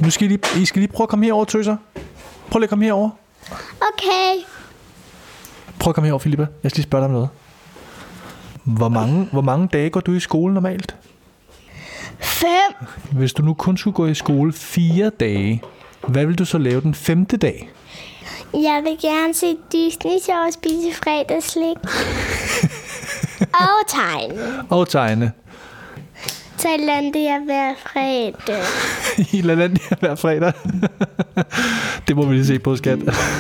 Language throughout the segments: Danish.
Nu skal I skal lige prøve at komme herover, tøser. Prøv lige at komme herover. Okay. Prøv at komme herover, Filippa. Jeg skal lige spørge dig om noget. Hvor mange dage går du i skole normalt? 5. Hvis du nu kun skulle gå i skole 4 dage, hvad vil du så lave den 5. dag? Jeg vil gerne se Disney Show og spise fredagsslik. Og tegne. Og tegne. Thailandia hver fredag. I LaLandia hver fredag. Det må vi lige se på, skat.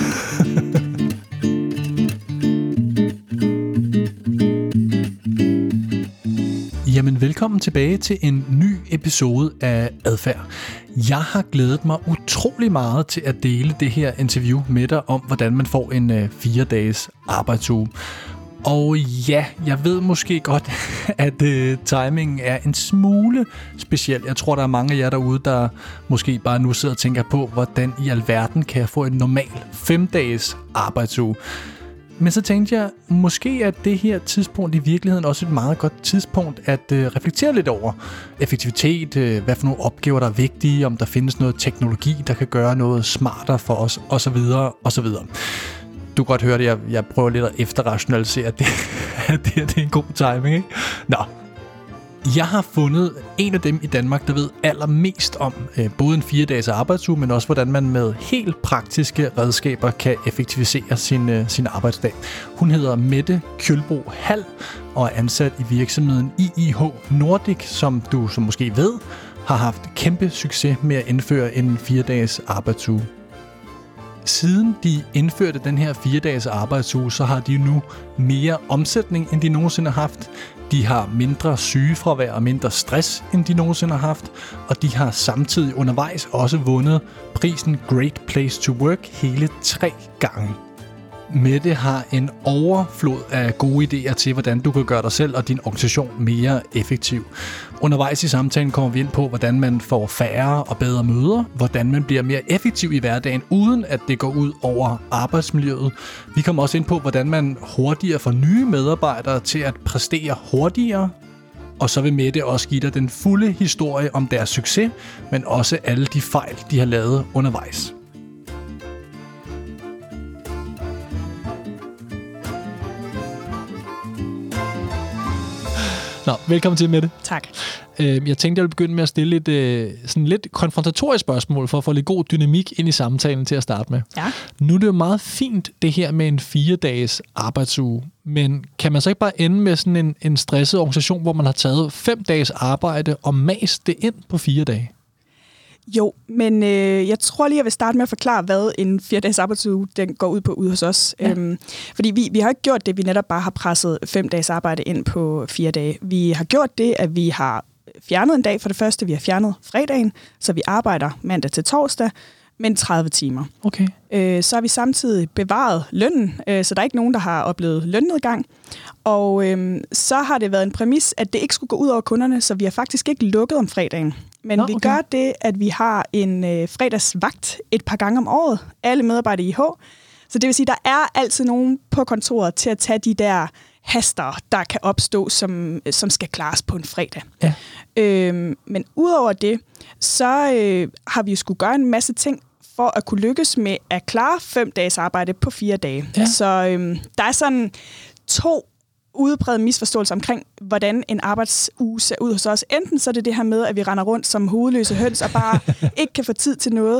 Jamen, velkommen tilbage til en ny episode af Adfærd. Jeg har glædet mig utrolig meget til at dele det her interview med dig om, hvordan man får en 4-dages arbejdsuge. Og ja, jeg ved måske godt, at timingen er en smule speciel. Jeg tror, der er mange af jer derude, der måske bare nu sidder og tænker på, hvordan i alverden kan jeg få en normal 5-dages arbejdsuge. Men så tænkte jeg, måske er det her tidspunkt i virkeligheden også et meget godt tidspunkt at reflektere lidt over effektivitet, hvad for nogle opgaver, der er vigtige, om der findes noget teknologi, der kan gøre noget smartere for os, osv. osv. Du kan godt høre det, jeg prøver lidt at efterrationalisere, at det er en god timing, ikke? Nå. Jeg har fundet en af dem i Danmark, der ved allermest om både en 4-dages arbejdsuge, men også hvordan man med helt praktiske redskaber kan effektivisere sin arbejdsdag. Hun hedder Mette Kjølbro Hall og er ansat i virksomheden IIH Nordic, som du som måske ved, har haft kæmpe succes med at indføre en 4-dages arbejdsuge. Siden de indførte den her 4-dages arbejdsuge, så har de nu mere omsætning, end de nogensinde har haft. De har mindre sygefravær og mindre stress, end de nogensinde har haft. Og de har samtidig undervejs også vundet prisen Great Place to Work hele 3 gange. Mette har en overflod af gode idéer til, hvordan du kan gøre dig selv og din organisation mere effektiv. Undervejs i samtalen kommer vi ind på, hvordan man får færre og bedre møder, hvordan man bliver mere effektiv i hverdagen, uden at det går ud over arbejdsmiljøet. Vi kommer også ind på, hvordan man hurtigere får nye medarbejdere til at præstere hurtigere. Og så vil Mette også give dig den fulde historie om deres succes, men også alle de fejl, de har lavet undervejs. Nå, velkommen til, Mette. Tak. Jeg tænkte, jeg ville begynde med at stille sådan lidt konfrontatorisk spørgsmål, for at få lidt god dynamik ind i samtalen til at starte med. Ja. Nu er det jo meget fint, det her med en 4-dages arbejdsuge, men kan man så ikke bare ende med sådan en stresset organisation, hvor man har taget 5 dages arbejde og mast det ind på 4 dage? Jo, men jeg tror lige, jeg vil starte med at forklare, hvad en 4-dages arbejdsuge den går ud på ude hos os. Ja. Fordi vi har ikke gjort det, vi netop bare har presset 5 dages arbejde ind på 4 dage. Vi har gjort det, at vi har fjernet en dag for det første. Vi har fjernet fredagen, så vi arbejder mandag til torsdag, men 30 timer. Okay. Så har vi samtidig bevaret lønnen, så der er ikke nogen, der har oplevet lønnedgang. Og så har det været en præmis, at det ikke skulle gå ud over kunderne, så vi har faktisk ikke lukket om fredagen. Men vi gør det, at vi har en fredagsvagt et par gange om året. Alle medarbejdere i IH. Så det vil sige, at der er altid nogen på kontoret til at tage de der haster, der kan opstå, som skal klares på en fredag. Ja. Men udover det, så har vi jo skulle gøre en masse ting for at kunne lykkes med at klare 5 dages arbejde på 4 dage. Ja. Så der er sådan 2 udbredt misforståelse omkring, hvordan en arbejdsuge ser ud hos os. Enten så er det det her med, at vi render rundt som hovedløse høns og bare ikke kan få tid til noget,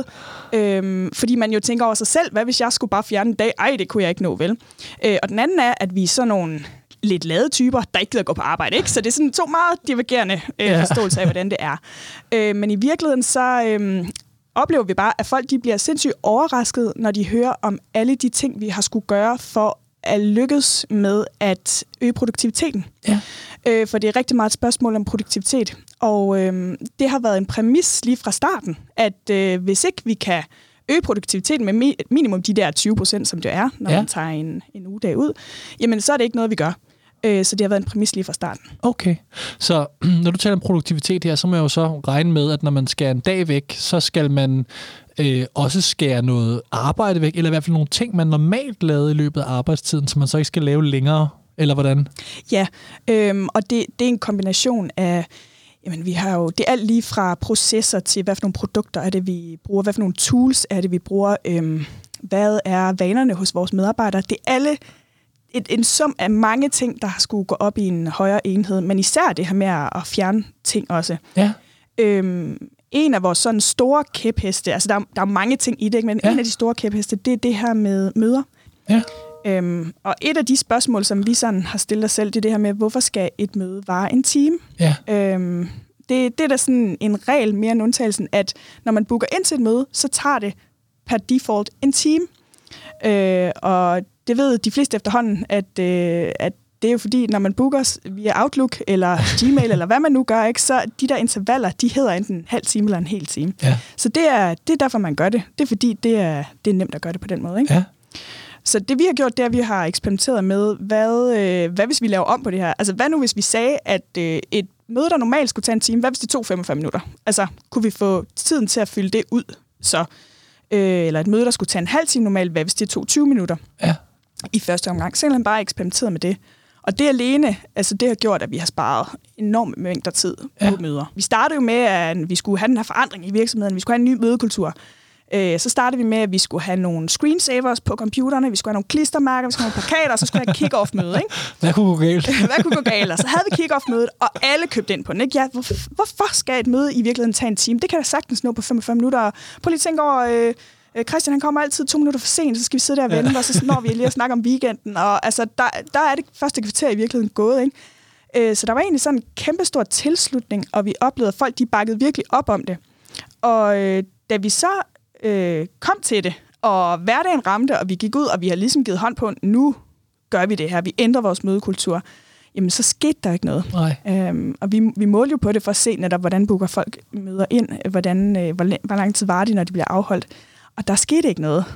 fordi man jo tænker over sig selv, hvad hvis jeg skulle bare fjerne en dag? Ej, det kunne jeg ikke nå, vel? Og den anden er, at vi er sådan nogle lidt lade typer, der ikke gider gå på arbejde, ikke? Så det er sådan 2 meget divergerende forståelser af, hvordan det er. Men i virkeligheden så oplever vi bare, at folk de bliver sindssygt overrasket, når de hører om alle de ting, vi har skulle gøre for at lykkes med at øge produktiviteten. Ja. For det er rigtig meget et spørgsmål om produktivitet. Og det har været en præmis lige fra starten, at hvis ikke vi kan øge produktiviteten med minimum de der 20%, som det er, når man tager en ugedag ud, jamen så er det ikke noget, vi gør. Så det har været en præmis lige fra starten. Okay. Så når du taler om produktivitet her, så må jeg jo så regne med, at når man skærer en dag væk, så skal man også skære noget arbejde væk, eller i hvert fald nogle ting, man normalt lavede i løbet af arbejdstiden, som man så ikke skal lave længere, eller hvordan? Ja, og det er en kombination af Jamen, vi har jo, det er alt lige fra processer til, hvad for nogle produkter er det, vi bruger, hvad for nogle tools er det, vi bruger, hvad er vanerne hos vores medarbejdere. Det er alle en sum af mange ting, der skulle gå op i en højere enhed, men især det her med at fjerne ting også. Ja. En af vores sådan store kæpheste, altså der er mange ting i det, ikke? Men en af de store kæpheste, det er det her med møder. Ja. Og et af de spørgsmål, som vi sådan har stillet os selv, det er det her med, hvorfor skal et møde vare en time? Ja. Det er da sådan en regel mere end undtagelsen, at når man booker ind til et møde, så tager det per default en time. Og det ved de fleste efterhånden, at det er jo fordi, når man booker via Outlook eller Gmail, eller hvad man nu gør, ikke, så de der intervaller, de hedder enten en halv time eller en hel time. Ja. Så det er derfor, man gør det. Det er fordi, det er nemt at gøre det på den måde. Ikke? Ja. Så det, vi har gjort, det er, at vi har eksperimenteret med, hvad hvis vi laver om på det her? Altså, hvad nu, hvis vi sagde, at et møde, der normalt skulle tage en time, hvad hvis det tog 45 minutter? Altså, kunne vi få tiden til at fylde det ud? Så, eller et møde, der skulle tage en halv time normalt, hvad hvis det tog 20 minutter? Ja. I første omgang. Så har bare eksperimenteret med det. Og det alene, altså det har gjort, at vi har sparet enorme mængder tid på møder. Vi startede jo med, at vi skulle have den her forandring i virksomheden. Vi skulle have en ny mødekultur. Så startede vi med, at vi skulle have nogle screensavers på computerne, vi skulle have nogle klistermærker, vi skulle have nogle plakater, og så skulle vi have kick-off-møde. Ikke? Hvad kunne gå galt? Hvad kunne gå galt? Og så havde vi kick-off-mødet, og alle købte ind på den. Ikke? Ja, hvorfor skal et møde i virkeligheden tage en time? Det kan da sagtens nå på 45 minutter. Prøv lige at tænke over, Christian han kommer altid 2 minutter for sent, så skal vi sidde der og vente, og så når vi lige at snakke om weekenden. Og altså, der er det første kvarter i virkeligheden gået. Ikke? Så der var egentlig sådan en kæmpestor tilslutning, og vi oplevede, at folk de bakkede virkelig op om det. Og da vi så kom til det, og hverdagen ramte, og vi gik ud, og vi har ligesom givet hånd på, nu gør vi det her, vi ændrer vores mødekultur, jamen så skete der ikke noget. Og vi målte jo på det for at se netop, hvordan booker folk møder ind, hvor lang tid var det, når de bliver afholdt. Og der skete ikke noget.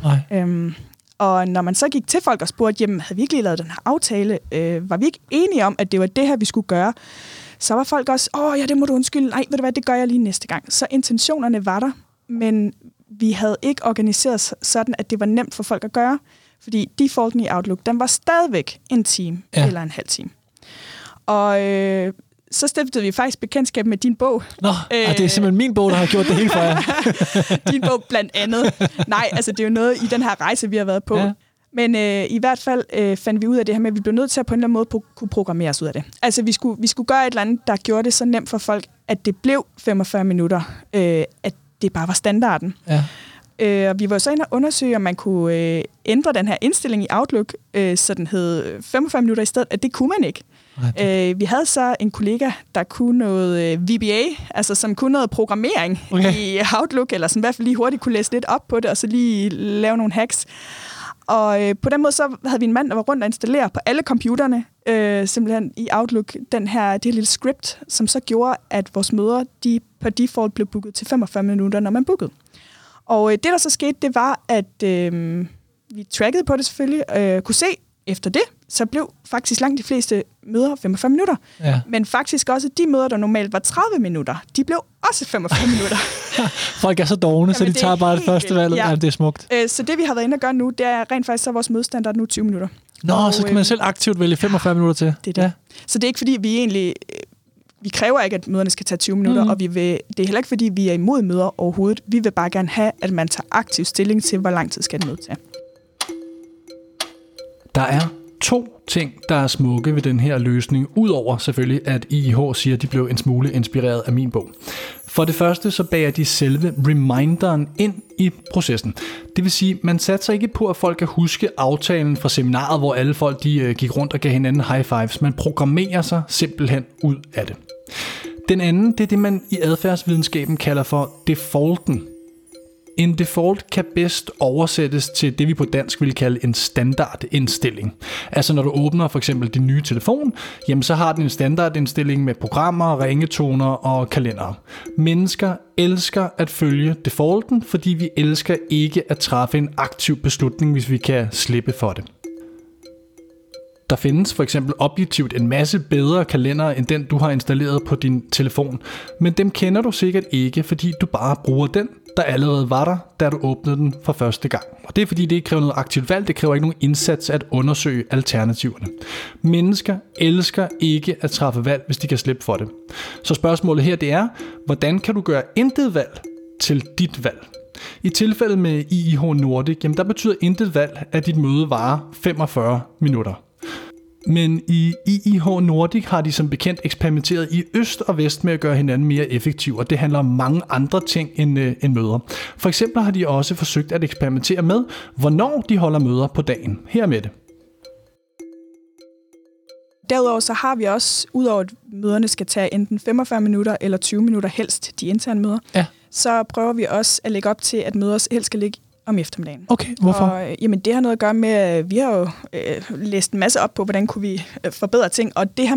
Og når man så gik til folk og spurgte, jamen havde vi ikke lige lavet den her aftale, var vi ikke enige om, at det var det her, vi skulle gøre, så var folk også, ja, det må du undskylde, nej, ved du hvad, det gør jeg lige næste gang. Så intentionerne var der, men vi havde ikke organiseret sådan, at det var nemt for folk at gøre, fordi defaulten i Outlook, den var stadigvæk en time eller en halv time. Og så stiftede vi faktisk bekendtskab med din bog. Nå, det er simpelthen min bog, der har gjort det hele for jer. Din bog blandt andet. Nej, altså det er jo noget i den her rejse, vi har været på. Ja. Men i hvert fald fandt vi ud af det her med, at vi blev nødt til at på en eller anden måde kunne programmere os ud af det. Altså vi skulle gøre et eller andet, der gjorde det så nemt for folk, at det blev 45 minutter, at det bare var standarden. Ja. Og vi var så inde og undersøge, om man kunne ændre den her indstilling i Outlook, så den hed 45 minutter i stedet, at det kunne man ikke. Vi havde så en kollega, der kunne noget VBA, altså som kunne noget programmering i Outlook, eller sådan i hvert fald lige hurtigt kunne læse lidt op på det, og så lige lave nogle hacks. Og på den måde så havde vi en mand, der var rundt og installere på alle computerne, simpelthen i Outlook, det her lille script, som så gjorde, at vores møder, de per default blev booket til 45 minutter, når man bookede. Og det, der så skete, det var, at vi trackede på det selvfølgelig, kunne se efter det, så blev faktisk langt de fleste møder 45 minutter. Ja. Men faktisk også de møder, der normalt var 30 minutter, de blev også 45 minutter. Folk er så dovne, så de tager bare det første valg. Ja. Det er smukt. Så det, vi har været inde og gøre nu, det er rent faktisk, så vores mødestandard nu 20 minutter. Nå, og, så kan man selv aktivt vælge 45 minutter til. Det er det. Ja. Så det er ikke, fordi vi egentlig... Vi kræver ikke, at møderne skal tage 20 minutter, og det er heller ikke, fordi vi er imod møder overhovedet. Vi vil bare gerne have, at man tager aktiv stilling til, hvor lang tid skal det møde til. Der er 2 ting, der er smukke ved den her løsning, udover selvfølgelig, at IIH siger, at de blev en smule inspireret af min bog. For det første, så bager de selve reminderen ind i processen. Det vil sige, man satser ikke på, at folk kan huske aftalen fra seminaret, hvor alle folk de gik rundt og gav hinanden high fives. Man programmerer sig simpelthen ud af det. Den anden, det er det, man i adfærdsvidenskaben kalder for defaulten. En default kan bedst oversættes til det, vi på dansk vil kalde en standardindstilling. Altså når du åbner for eksempel din nye telefon, jamen så har den en standardindstilling med programmer, ringetoner og kalendere. Mennesker elsker at følge defaulten, fordi vi elsker ikke at træffe en aktiv beslutning, hvis vi kan slippe for det. Der findes for eksempel objektivt en masse bedre kalendere end den, du har installeret på din telefon, men dem kender du sikkert ikke, fordi du bare bruger den, der allerede var der, da du åbnede den for første gang. Og det er fordi, det ikke kræver noget aktivt valg, det kræver ikke nogen indsats at undersøge alternativerne. Mennesker elsker ikke at træffe valg, hvis de kan slippe for det. Så spørgsmålet her, det er, hvordan kan du gøre intet valg til dit valg? I tilfældet med IIH Nordic, jamen der betyder intet valg, at dit møde varer 45 minutter. Men i IIH Nordic har de som bekendt eksperimenteret i øst og vest med at gøre hinanden mere effektiv, og det handler om mange andre ting end møder. For eksempel har de også forsøgt at eksperimentere med, hvornår de holder møder på dagen. Her med det. Derudover så har vi også, udover at møderne skal tage enten 45 minutter eller 20 minutter helst, de interne møder, så prøver vi også at lægge op til, at møder helst skal ligge om eftermiddagen. Okay, hvorfor? Og, jamen, det har noget at gøre med, at vi har jo læst en masse op på, hvordan kunne vi forbedre ting, og det her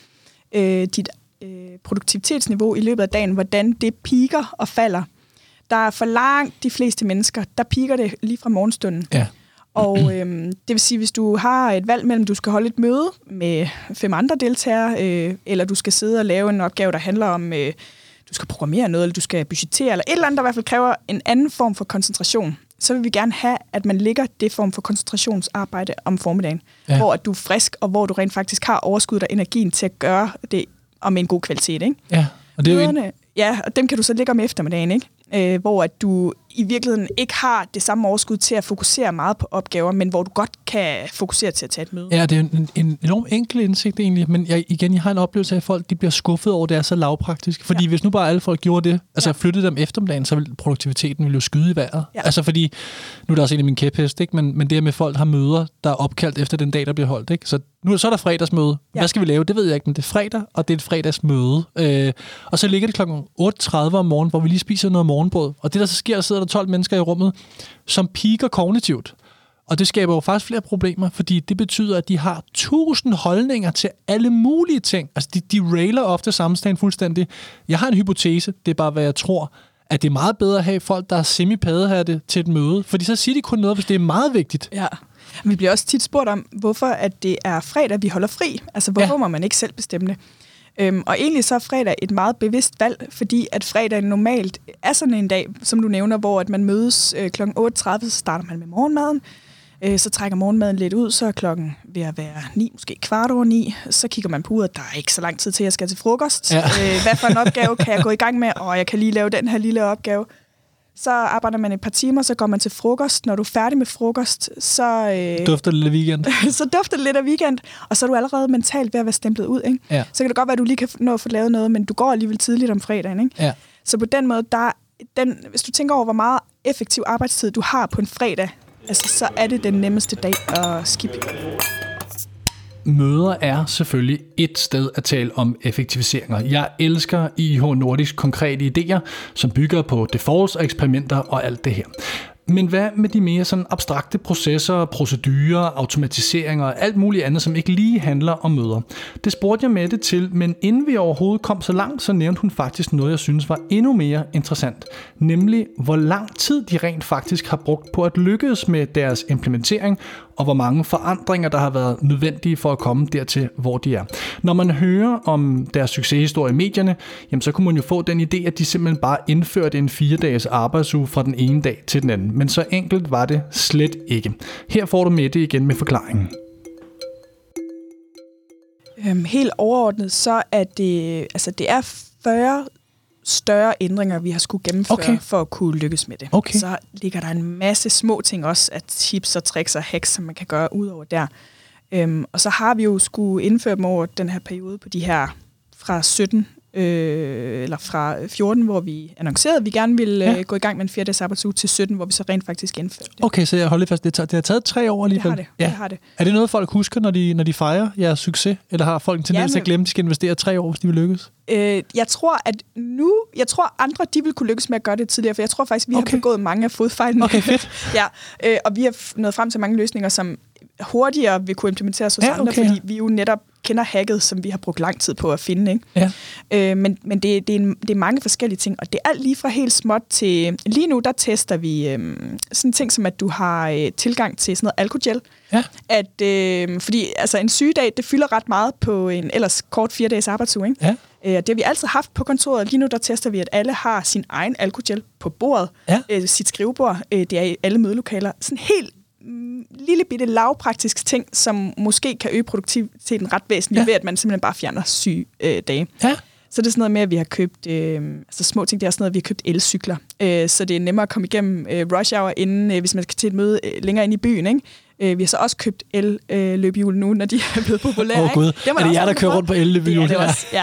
med dit produktivitetsniveau i løbet af dagen, hvordan det piker og falder. Der er for langt de fleste mennesker, der piker det lige fra morgenstunden. Ja. Og det vil sige, hvis du har et valg mellem, du skal holde et møde med 5 andre deltagere, eller du skal sidde og lave en opgave, der handler om, du skal programmere noget, eller du skal budgettere, eller et eller andet, der i hvert fald kræver en anden form for koncentration, så vil vi gerne have, at man lægger det form for koncentrationsarbejde om formiddagen, hvor at du er frisk, og hvor du rent faktisk har overskud og energien til at gøre det og med en god kvalitet. Ikke? Ja, og det er jo og dem kan du så lægge om eftermiddagen, ikke? Hvor at du i virkeligheden ikke har det samme overskud til at fokusere meget på opgaver, men hvor du godt kan fokusere til at tage et møde. Ja, det er en enormt enkel indsigt egentlig, men jeg har en oplevelse af, at folk de bliver skuffet over, det er så lavpraktisk. Fordi hvis nu bare alle folk gjorde det, altså flyttede dem eftermiddagen, så ville produktiviteten jo skyde i vejret. Ja. Altså fordi, nu er der også en af mine kæphest, ikke? Men det her med folk har møder, der er opkaldt efter den dag, der bliver holdt. Ikke? Så er der fredagsmøde. Ja. Hvad skal vi lave? Det ved jeg ikke, men det er fredag, og det er et fredagsmøde. Og så ligger det klokken 8:30 om morgenen, hvor vi lige spiser noget morgenbrød. Og det, der så sker, sidder der 12 mennesker i rummet, som piker kognitivt. Og det skaber jo faktisk flere problemer, fordi det betyder, at de har 1000 holdninger til alle mulige ting. Altså, de railer ofte sammenstanden fuldstændig. Jeg har en hypotese, det er bare, hvad jeg tror, at det er meget bedre at have folk, der er semi-paddehatte til et møde, fordi så siger de kun noget, hvis det er meget vigtigt. Ja. Vi bliver også tit spurgt om, hvorfor at det er fredag, vi holder fri. Altså, hvorfor må man ikke selv bestemme det? Og egentlig så er fredag et meget bevidst valg, fordi at fredag normalt er sådan en dag, som du nævner, hvor at man mødes kl. 8:30, så starter man med morgenmaden. Så trækker morgenmaden lidt ud, så er klokken ved at være 9, måske 9:15. Så kigger man på uret, der er ikke så lang tid til, at jeg skal til frokost. Ja. Hvad for en opgave kan jeg gå i gang med? Og jeg kan lige lave den her lille opgave. Så arbejder man et par timer, så går man til frokost. Når du er færdig med frokost, så dufter det lidt af weekend. Så dufter det lidt af weekend, og så er du allerede mentalt ved at være stemplet ud. Ikke? Ja. Så kan det godt være, at du lige kan nå at få lavet noget, men du går alligevel tidligt om fredagen. Ikke? Ja. Så på den måde, hvis du tænker over, hvor meget effektiv arbejdstid du har på en fredag, altså, så er det den nemmeste dag at skippe. Møder er selvfølgelig et sted at tale om effektiviseringer. Jeg elsker IIH Nordics konkrete idéer, som bygger på defaults og eksperimenter og alt det her. Men hvad med de mere sådan abstrakte processer, procedurer, automatiseringer og alt muligt andet, som ikke lige handler om møder? Det spurgte jeg Mette til, men inden vi overhovedet kom så langt, så nævnte hun faktisk noget, jeg synes var endnu mere interessant. Nemlig, hvor lang tid de rent faktisk har brugt på at lykkes med deres implementering, og hvor mange forandringer, der har været nødvendige for at komme dertil, hvor de er. Når man hører om deres succeshistorie i medierne, jamen, så kunne man jo få den idé, at de simpelthen bare indførte en 4-dages arbejdsuge fra den ene dag til den anden. Men så enkelt var det slet ikke. Her får du Mette igen med forklaringen. Helt overordnet, så er det er 40 større ændringer, vi har skulle gennemføre for at kunne lykkes med det. Okay. Så ligger der en masse små ting også af tips og tricks og hacks, som man kan gøre ud over der. Og så har vi jo skulle indføre dem over den her periode på de her fra 17 eller fra 14, hvor vi annoncerede, at vi gerne ville gå i gang med en 4-dages arbejdsuge, til 17, hvor vi så rent faktisk indførte det. Okay, så jeg holder fast. Det har taget 3 år alligevel. Det har det. Er det noget, folk husker, når de fejrer jeres succes? Eller har folk en tendens til at glemme, at de skal investere 3 år, hvis de vil lykkes? Jeg tror andre, de vil kunne lykkes med at gøre det tidligere, for jeg tror faktisk, vi har begået mange af fodfejlene. Okay, fedt. Og vi har nået frem til mange løsninger, som hurtigere vil kunne implementeres hos andre, fordi vi jo netop kender hacket, som vi har brugt lang tid på at finde. Ikke? Ja. Men det er mange forskellige ting, og det er alt lige fra helt småt til... Lige nu, der tester vi sådan ting som, at du har tilgang til sådan noget alkogel. Ja. Fordi altså, en sygedag, det fylder ret meget på en ellers kort 4-dages arbejdsuge. Ikke? Det har vi altid haft på kontoret. Lige nu der tester vi, at alle har sin egen alkogel på bordet, sit skrivebord. Det er i alle mødelokaler. Sådan helt lille bitte lavpraktisk ting, som måske kan øge produktiviteten ret væsentligt, ved at man simpelthen bare fjerner sygedage. Ja. Så det er sådan noget med, at vi har købt, små ting, det er sådan noget, at vi har købt elcykler. Så det er nemmere at komme igennem rush hour inden, hvis man skal til et møde længere ind i byen, ikke? Vi har så også købt el-løbehjul nu, når de er blevet populære. Gud, er det jer, der kører rundt på el-løbehjul? Ja, det er også,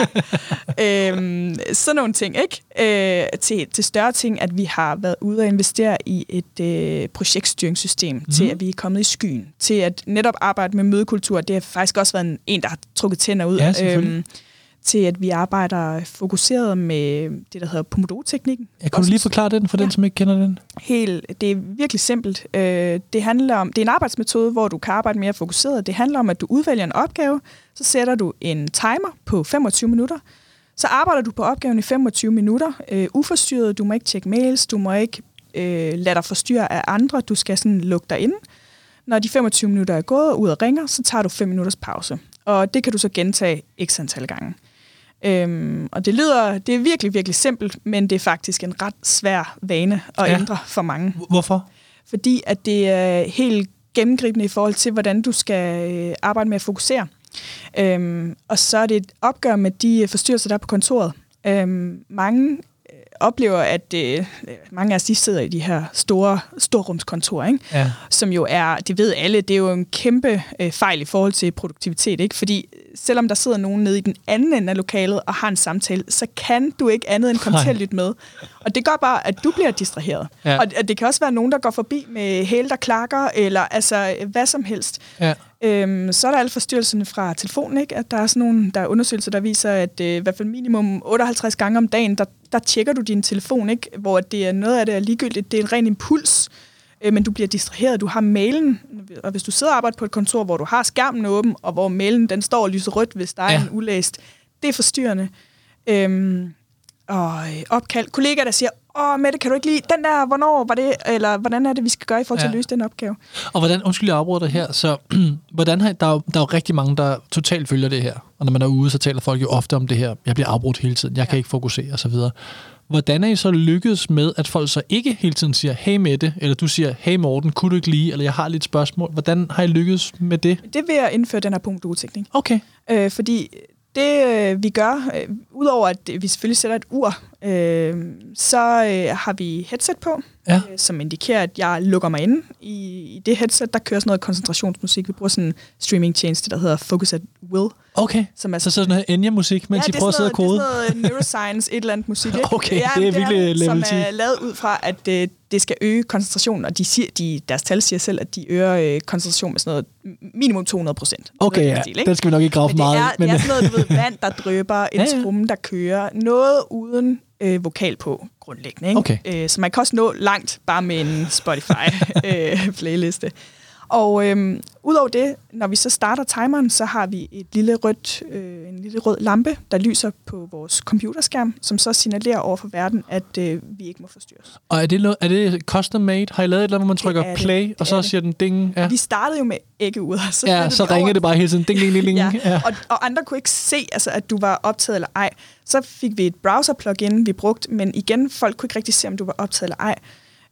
sådan nogle ting, ikke? Til større ting, at vi har været ude og investere i et projektstyringssystem, til at vi er kommet i skyen, til at netop arbejde med mødekultur. Det har faktisk også været en der har trukket tænder ud. Ja, til at vi arbejder fokuseret med det, der hedder Pomodoro-teknikken. Kan du lige forklare den for den, som ikke kender den? Det er virkelig simpelt. Det handler om, det er en arbejdsmetode, hvor du kan arbejde mere fokuseret. Det handler om, at du udvælger en opgave, så sætter du en timer på 25 minutter, så arbejder du på opgaven i 25 minutter, uforstyrret, du må ikke tjekke mails, du må ikke lade dig forstyrre af andre, du skal sådan lukke dig inde. Når de 25 minutter er gået og ud og ringer, så tager du 5 minutters pause. Og det kan du så gentage x antal gange. Og det er virkelig, virkelig simpelt, men det er faktisk en ret svær vane at ændre for mange. Hvorfor? Fordi at det er helt gennemgribende i forhold til, hvordan du skal arbejde med at fokusere. Og så er det et opgør med de forstyrrelser, der er på kontoret. Mange oplever, at mange af os, de sidder i de her store storrumskontorer, ikke? Ja. Som jo er, det ved alle, det er jo en kæmpe fejl i forhold til produktivitet, ikke? Fordi selvom der sidder nogen nede i den anden ende af lokalet og har en samtale, så kan du ikke andet end komme til at lytte med. Og det gør bare, at du bliver distraheret. Ja. Og det kan også være nogen, der går forbi med hæle, der klakker, eller altså hvad som helst. Ja. Så er der alle forstyrrelserne fra telefonen, ikke? At der er sådan nogle der er undersøgelser, der viser, at i hvert fald minimum 58 gange om dagen, der tjekker du din telefon, ikke? Hvor det er noget af det er ligegyldigt. Det er en ren impuls, men du bliver distraheret. Du har mailen, og hvis du sidder og arbejder på et kontor, hvor du har skærmen åben, og hvor mailen den står og lyser rødt, hvis der er en ulæst, det er forstyrrende. Og opkald. Kollegaer, der siger, Mette, kan du ikke lide den der, hvornår var det, eller hvordan er det, vi skal gøre i forhold til at løse den opgave? Og hvordan, undskyld, jeg afbryder dig her, så hvordan der er jo rigtig mange, der totalt følger det her, og når man er ude, så taler folk jo ofte om det her, jeg bliver afbrudt hele tiden, jeg kan ikke fokusere, og så videre. Hvordan er I så lykkedes med, at folk så ikke hele tiden siger, hey Mette, eller du siger, hey Morten, kunne du ikke lide, eller jeg har lidt spørgsmål. Hvordan har I lykkedes med det? Det vil jeg indføre den her Pomodoro-teknik. Okay. Fordi det vi gør, udover at vi selvfølgelig sætter et ur, så har vi headset på, som indikerer, at jeg lukker mig inde. I det headset, der kører sådan noget koncentrationsmusik. Vi bruger sådan en streamingtjeneste, der hedder Focus at Will. Okay, som er så sådan noget Enya-musik, mens I prøver at sidde og kode? Ja, det er sådan noget neuroscience, et eller andet musik. Ikke? Okay, det er virkelig level 10. Som er lavet ud fra, at det skal øge koncentrationen, og deres tal siger selv, at de øger koncentration med sådan noget minimum 200%. Okay, ja, den skal vi nok ikke grave for meget. Men det er sådan noget, du ved, vand, der drøber, en tromme, der kører, noget uden vokal på, grundlæggende. Ikke? Okay. Så man kan også nå langt bare med en Spotify-playliste. Og udover det, når vi så starter timeren, så har vi en lille rød lampe, der lyser på vores computerskærm, som så signalerer over for verden, at vi ikke må forstyrres. Og er det custom made? Har I lavet et eller andet, hvor man trykker play, og så siger den ding? Ja. Vi startede jo med æggeuret. Så ringer det bare hele tiden. Ding, ding, ding, ding. Ja. Og andre kunne ikke se, altså, at du var optaget eller ej. Så fik vi et browser-plugin, vi brugte, men igen, folk kunne ikke rigtig se, om du var optaget eller ej.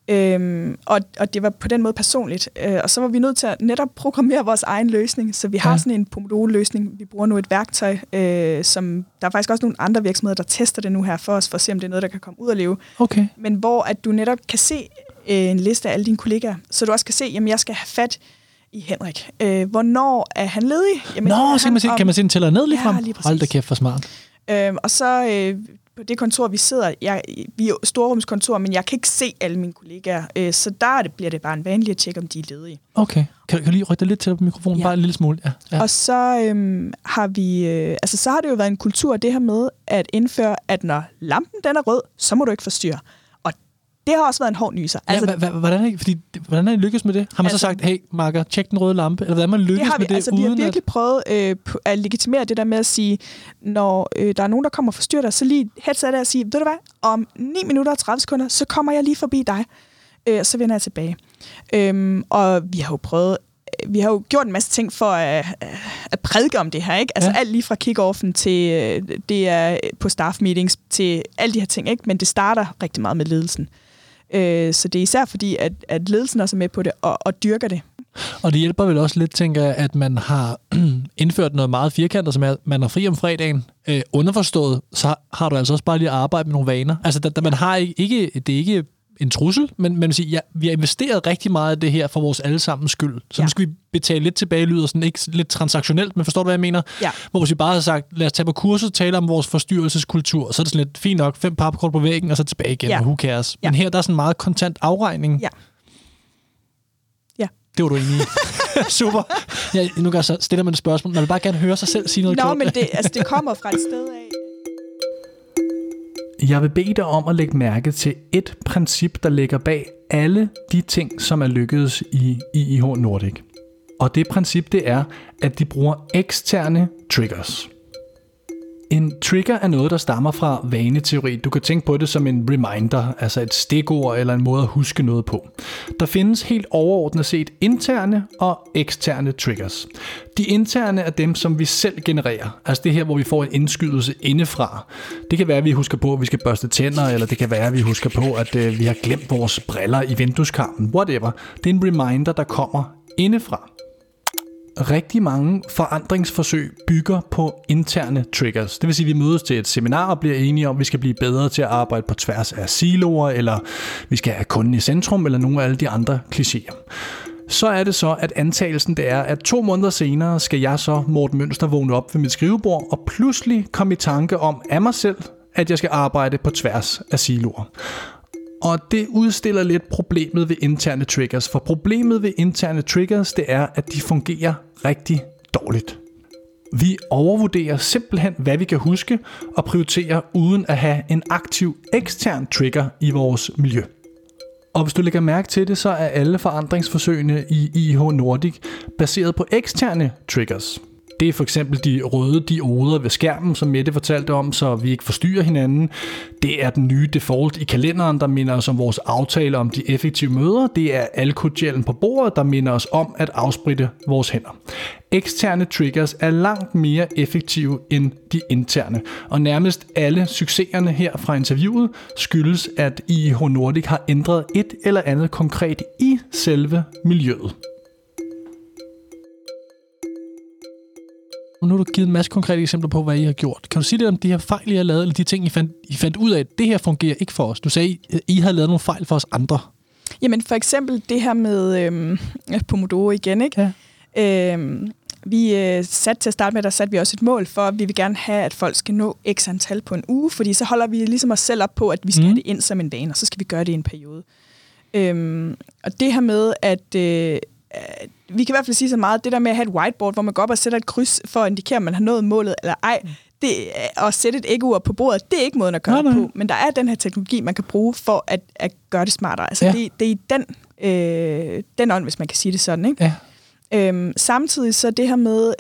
Og det var på den måde personligt. Og så var vi nødt til at netop programmere vores egen løsning. Så vi har sådan en Pomodoro-løsning. Vi bruger nu et værktøj, som der er faktisk også nogle andre virksomheder, der tester det nu her for os, for at se, om det er noget, der kan komme ud og leve. Okay. Men hvor at du netop kan se en liste af alle dine kollegaer, så du også kan se, jamen jeg skal have fat i Henrik. Hvornår er han ledig? Jamen, kan man se en tæller ned lige frem? Ja, lige præcis. Hold da kæft for smart. Og så på det kontor, vi sidder, vi er jo storrumskontor, men jeg kan ikke se alle mine kollegaer, så bliver det bare en vanlig at tjekke, om de er ledige. Okay. Kan du lige rykke dig lidt til på mikrofonen? Ja. Bare en lille smule. Ja. Og så har vi, så har det jo været en kultur, det her med at indføre, at når lampen den er rød, så må du ikke forstyrre. Og det har også været en hård nyser. Hvordan er I lykkes med det? Har man så sagt, hey Marker, tjek den røde lampe? Eller hvordan man lykkes med det? Vi har virkelig prøvet at legitimere det der med at sige, når der er nogen, der kommer og forstyrrer dig, så lige headsetet og sige, ved du hvad, om 9 minutter og 30 sekunder, så kommer jeg lige forbi dig, så vender jeg tilbage. Og vi har jo prøvet vi har jo gjort en masse ting for at prædike om det her, ikke? Altså alt lige fra kick-offen til det er på staff meetings til alle de her ting, ikke? Men det starter rigtig meget med ledelsen. Så det er især fordi, at ledelsen også er med på det og dyrker det. Og det hjælper vel også lidt, tænker jeg, at man har indført noget meget firkantet, som er, at man er fri om fredagen. Underforstået, så har du altså også bare lige arbejdet med nogle vaner. Altså, man har ikke, det er ikke en trussel, men man siger, ja, vi har investeret rigtig meget af det her for vores allesammens skyld. Så nu skal vi betale lidt tilbage, lyder sådan ikke lidt transaktionelt, men forstår du, hvad jeg mener? Ja. Hvor vi bare har sagt, lad os tage på kurset, tale om vores forstyrrelseskultur, og så er det sådan lidt fint nok, 5 papkort på væggen, og så tilbage igen, og who cares. Men her der er sådan meget kontant afregning. Ja. Det var du enig i. Super. Nu kan jeg så stille mig et spørgsmål. Man vil bare gerne høre sig selv sige noget klogt. Men det kommer fra et sted af. Jeg vil bede dig om at lægge mærke til et princip, der ligger bag alle de ting, som er lykkedes i IH Nordic. Og det princip, det er, at de bruger eksterne triggers. En trigger er noget, der stammer fra vaneteori. Du kan tænke på det som en reminder, altså et stikord eller en måde at huske noget på. Der findes helt overordnet set interne og eksterne triggers. De interne er dem, som vi selv genererer. Altså det her, hvor vi får en indskydelse indefra. Det kan være, at vi husker på, at vi skal børste tænder, eller det kan være, at vi husker på, at vi har glemt vores briller i vindueskarmen. Whatever. Det er en reminder, der kommer indefra. Rigtig mange forandringsforsøg bygger på interne triggers. Det vil sige, at vi mødes til et seminar og bliver enige om, at vi skal blive bedre til at arbejde på tværs af siloer, eller vi skal have kunden i centrum, eller nogle af alle de andre klichéer. Så er det så, at antagelsen det er, at 2 måneder senere skal jeg så, Morten Mønster, vågne op ved mit skrivebord og pludselig komme i tanke om af mig selv, at jeg skal arbejde på tværs af siloer. Og det udstiller lidt problemet ved interne triggers, for problemet ved interne triggers, det er, at de fungerer rigtig dårligt. Vi overvurderer simpelthen, hvad vi kan huske og prioriterer uden at have en aktiv ekstern trigger i vores miljø. Og hvis du lægger mærke til det, så er alle forandringsforsøgene i IH Nordic baseret på eksterne triggers. Det er for eksempel de røde dioder ved skærmen, som Mette fortalte om, så vi ikke forstyrrer hinanden. Det er den nye default i kalenderen, der minder os om vores aftale om de effektive møder. Det er alkoholgelen på bordet, der minder os om at afspritte vores hænder. Eksterne triggers er langt mere effektive end de interne, og nærmest alle succeserne her fra interviewet skyldes, at IH Nordic har ændret et eller andet konkret i selve miljøet. Nu har du givet en masse konkrete eksempler på, hvad I har gjort. Kan du sige lidt om de her fejl, I har lavet, eller de ting, I fandt ud af, at det her fungerer ikke for os? Du sagde, at I har lavet nogle fejl for os andre. Jamen for eksempel det her med Pomodoro igen, ikke? Ja. Vi satte til at starte med, der satte vi også et mål for, at vi vil gerne have, at folk skal nå x antal på en uge, fordi så holder vi ligesom os selv op på, at vi skal have det ind som en vane, og så skal vi gøre det i en periode. Og det her med, at vi kan i hvert fald sige så meget, det der med at have et whiteboard, hvor man går op og sætter et kryds for at indikere, om man har nået målet eller ej, det, at sætte et æg-ur på bordet, det er ikke måden at gøre det på. Men der er den her teknologi, man kan bruge for at gøre det smartere. Altså det er i den ånd, hvis man kan sige det sådan, ikke? Ja. Samtidig så det her med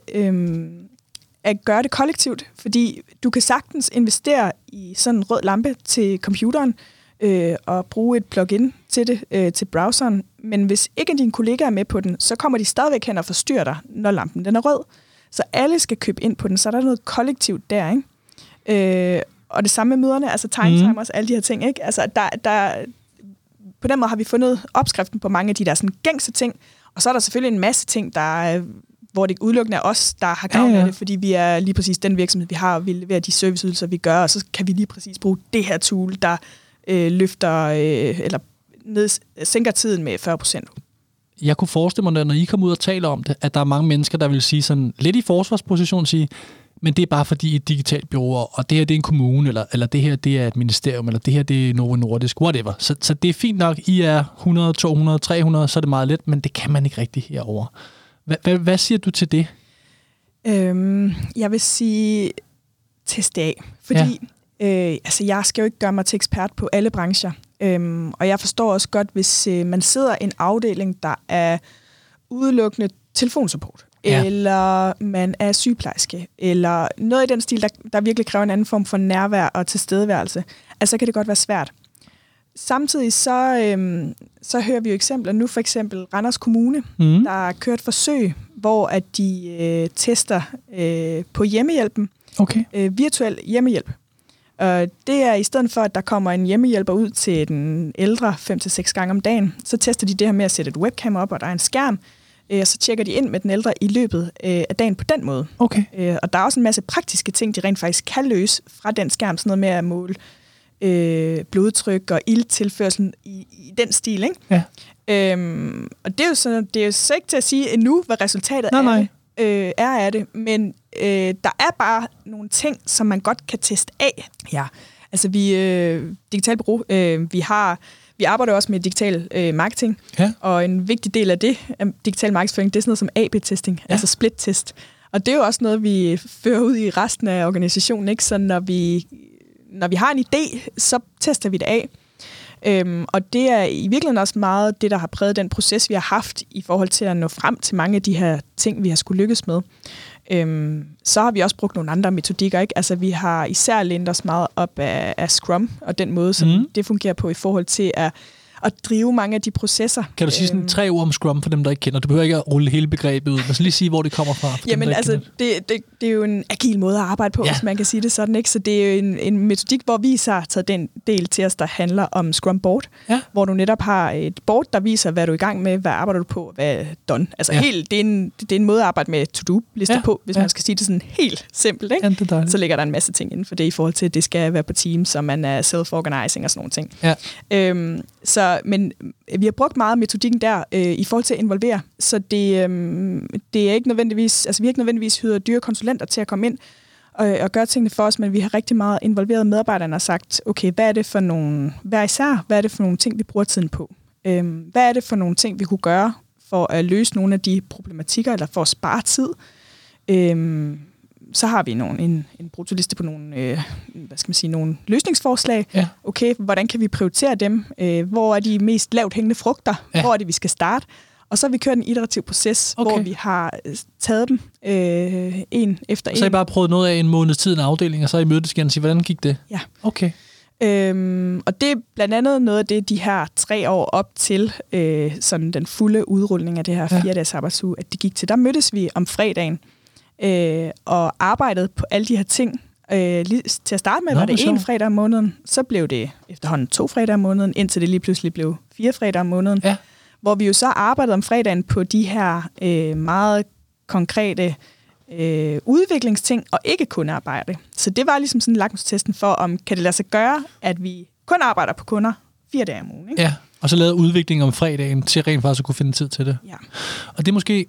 at gøre det kollektivt, fordi du kan sagtens investere i sådan en rød lampe til computeren, og bruge et plugin til det, til browseren. Men hvis ikke dine kollegaer er med på den, så kommer de stadigvæk hen og forstyrrer dig, når lampen den er rød. Så alle skal købe ind på den, så er der noget kollektivt der, ikke? Og det samme med møderne, altså time timers, alle de her ting, ikke? Altså, der, på den måde har vi fundet opskriften på mange af de der sådan gængse ting, og så er der selvfølgelig en masse ting, hvor det udelukkende er os, der har gavn af det, fordi vi er lige præcis den virksomhed, vi har, og vi leverer de serviceydelser, vi gør, og så kan vi lige præcis bruge det her tool, der løfter eller sænker tiden med 40%. Jeg kunne forestille mig, når I kommer ud og taler om det, at der er mange mennesker, der vil sige sådan lidt i forsvarsposition, sige, men det er bare fordi I er et digitalt bureau, og det her det er en kommune, eller det her det er et ministerium, eller det her det er Novo Nordisk, whatever. Så det er fint nok, I er 100, 200, 300, så er det meget let, men det kan man ikke rigtig herover. Hvad siger du til det? Jeg vil sige, test det af, fordi altså jeg skal jo ikke gøre mig til ekspert på alle brancher, og jeg forstår også godt, hvis man sidder i en afdeling, der er udelukkende telefonsupport, eller man er sygeplejerske, eller noget i den stil, der virkelig kræver en anden form for nærvær og tilstedeværelse, altså så kan det godt være svært. samtidig så hører vi jo eksempler. Nu for eksempel Randers Kommune, der har kørt forsøg, hvor at de tester på hjemmehjælpen. Okay. Virtuel hjemmehjælp. Det er i stedet for, at der kommer en hjemmehjælper ud til den ældre 5-6 gange om dagen, så tester de det her med at sætte et webcam op, og der er en skærm, og så tjekker de ind med den ældre i løbet af dagen på den måde. Okay. Og der er også en masse praktiske ting, de rent faktisk kan løse fra den skærm, sådan noget med at måle blodtryk og ilttilførsel i den stil, ikke? Ja. Og det er jo så ikke til at sige endnu, hvad resultatet er af det, men der er bare nogle ting, som man godt kan teste af. Ja, altså Digital Bureau, vi arbejder også med digital marketing, og en vigtig del af det, digital markedsføring, det er sådan noget som AB-testing, altså split-test. Og det er jo også noget, vi fører ud i resten af organisationen, ikke? Så når vi har en idé, så tester vi det af. Og det er i virkeligheden også meget det, der har præget den proces, vi har haft i forhold til at nå frem til mange af de her ting, vi har skulle lykkes med. Så har vi også brugt nogle andre metodikker, ikke? Altså vi har især lænet os meget op af Scrum, og den måde, som det fungerer på i forhold til at drive mange af de processer. Kan du sige sådan 3 ord om Scrum for dem, der ikke kender? Du behøver ikke at rulle hele begrebet ud, men så lige sige, hvor det kommer fra. Jamen dem, altså, det er jo en agil måde at arbejde på, hvis man kan sige det sådan, ikke? Så det er jo en metodik, hvor vi så har taget den del til os, der handler om Scrum Board, hvor du netop har et board, der viser, hvad du er i gang med, hvad arbejder du på, hvad er done. Altså det er en måde at arbejde med to-do-lister på, hvis man skal sige det sådan helt simpelt, ikke? Ja, så ligger der en masse ting inden for det, i forhold til, at det skal være på team, så man er self-organizing og sådan nogle ting. Ja. Men vi har brugt meget metodikken der i forhold til at involvere, så det er ikke nødvendigvis, altså vi har ikke nødvendigvis hyret dyre konsulenter til at komme ind og gøre tingene for os, men vi har rigtig meget involveret medarbejderne og sagt, okay, hvad er det for nogle ting, vi bruger tiden på? Hvad er det for nogle ting, vi kunne gøre for at løse nogle af de problematikker, eller for at spare tid? Så har vi en brutoliste på nogle, nogle løsningsforslag. Ja. Okay, hvordan kan vi prioritere dem? Hvor er de mest lavt hængende frugter? Ja. Hvor er det, vi skal starte? Og så har vi kørt en iterativ proces, hvor vi har taget dem en efter en. Så har I bare prøvet noget af en måneds tid en afdeling, og så har I mødtes igen og sige, hvordan gik det? Ja. Okay. Og det er blandt andet noget af det, de her 3 år op til sådan den fulde udrulning af det her 4-dages arbejdsuge, at det gik til. Der mødtes vi om fredagen, og arbejdede på alle de her ting. Lige til at starte med var det 1 fredag om måneden, så blev det efterhånden 2 fredage om måneden, indtil det lige pludselig blev 4 fredage om måneden, hvor vi jo så arbejdede om fredagen på de her meget konkrete udviklingsting, og ikke kun arbejde. Så det var ligesom sådan lakmustesten for, om kan det lade sig gøre, at vi kun arbejder på kunder 4 dage om ugen. Ikke? Ja, og så lavede udvikling om fredagen, til rent faktisk at kunne finde tid til det. Ja. Og det er måske...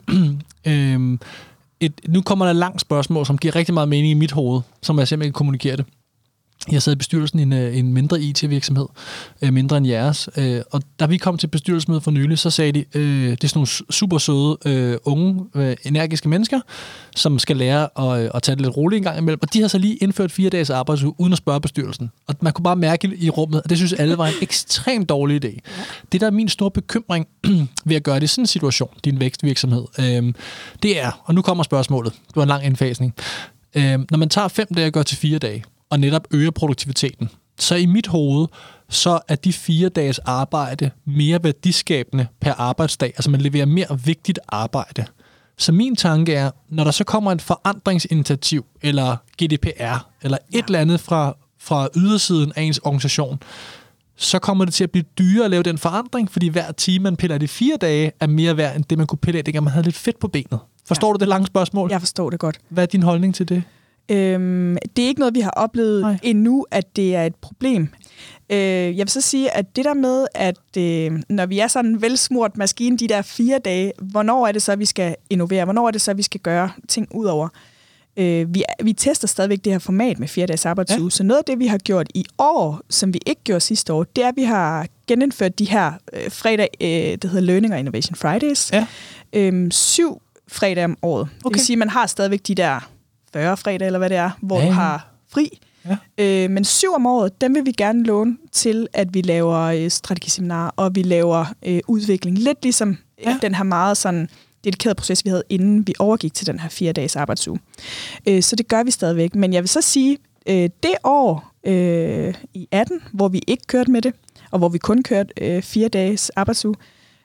nu kommer der et langt spørgsmål, som giver rigtig meget mening i mit hoved, som jeg simpelthen kan kommunikere det. Jeg sad i bestyrelsen i en mindre IT-virksomhed, mindre end jeres, og da vi kom til bestyrelsesmødet for nylig, så sagde de, det er sådan nogle super søde, unge, energiske mennesker, som skal lære at tage det lidt roligt en gang imellem, og de har så lige indført 4 dages arbejdsuge, uden at spørge bestyrelsen. Og man kunne bare mærke i rummet, og det synes alle var en ekstremt dårlig idé. Det, der er min store bekymring ved at gøre det i sådan en situation, din vækstvirksomhed, det er, og nu kommer spørgsmålet, det var en lang indfasning, når man tager 5 dage og gør til 4 dage, og netop øger produktiviteten, så i mit hoved, så er de 4 dages arbejde mere værdiskabende per arbejdsdag. Altså man leverer mere vigtigt arbejde. Så min tanke er, når der så kommer et forandringsinitiativ, eller GDPR, eller et eller andet fra ydersiden af ens organisation, så kommer det til at blive dyrere at lave den forandring, fordi hver time, man piller de 4 dage, er mere værd, end det, man kunne pille af, dengang man havde lidt fedt på benet. Forstår du det lange spørgsmål? Jeg forstår det godt. Hvad er din holdning til det? Det er ikke noget, vi har oplevet endnu, at det er et problem. Jeg vil så sige, at det der med, at når vi er sådan en velsmurt maskine de der 4 dage, hvornår er det så, vi skal innovere? Hvornår er det så, vi skal gøre ting udover? Vi tester stadigvæk det her format med 4 dages arbejdsuge. Så noget af det, vi har gjort i år, som vi ikke gjorde sidste år, det er, at vi har genindført de her fredag, det hedder Learning og Innovation Fridays. 7 fredage om året. Okay. Det vil sige, at man har stadigvæk de der 40 fredag, eller hvad det er, hvor du har fri. Ja. Men 7 om året, dem vil vi gerne låne til, at vi laver strategiseminarer, og vi laver udvikling. Lidt ligesom den her meget sådan dedikerede proces, vi havde, inden vi overgik til den her 4 dages arbejdsuge. Så det gør vi stadigvæk. Men jeg vil så sige, det år i 18, hvor vi ikke kørte med det, og hvor vi kun kørte 4 dages arbejdsuge,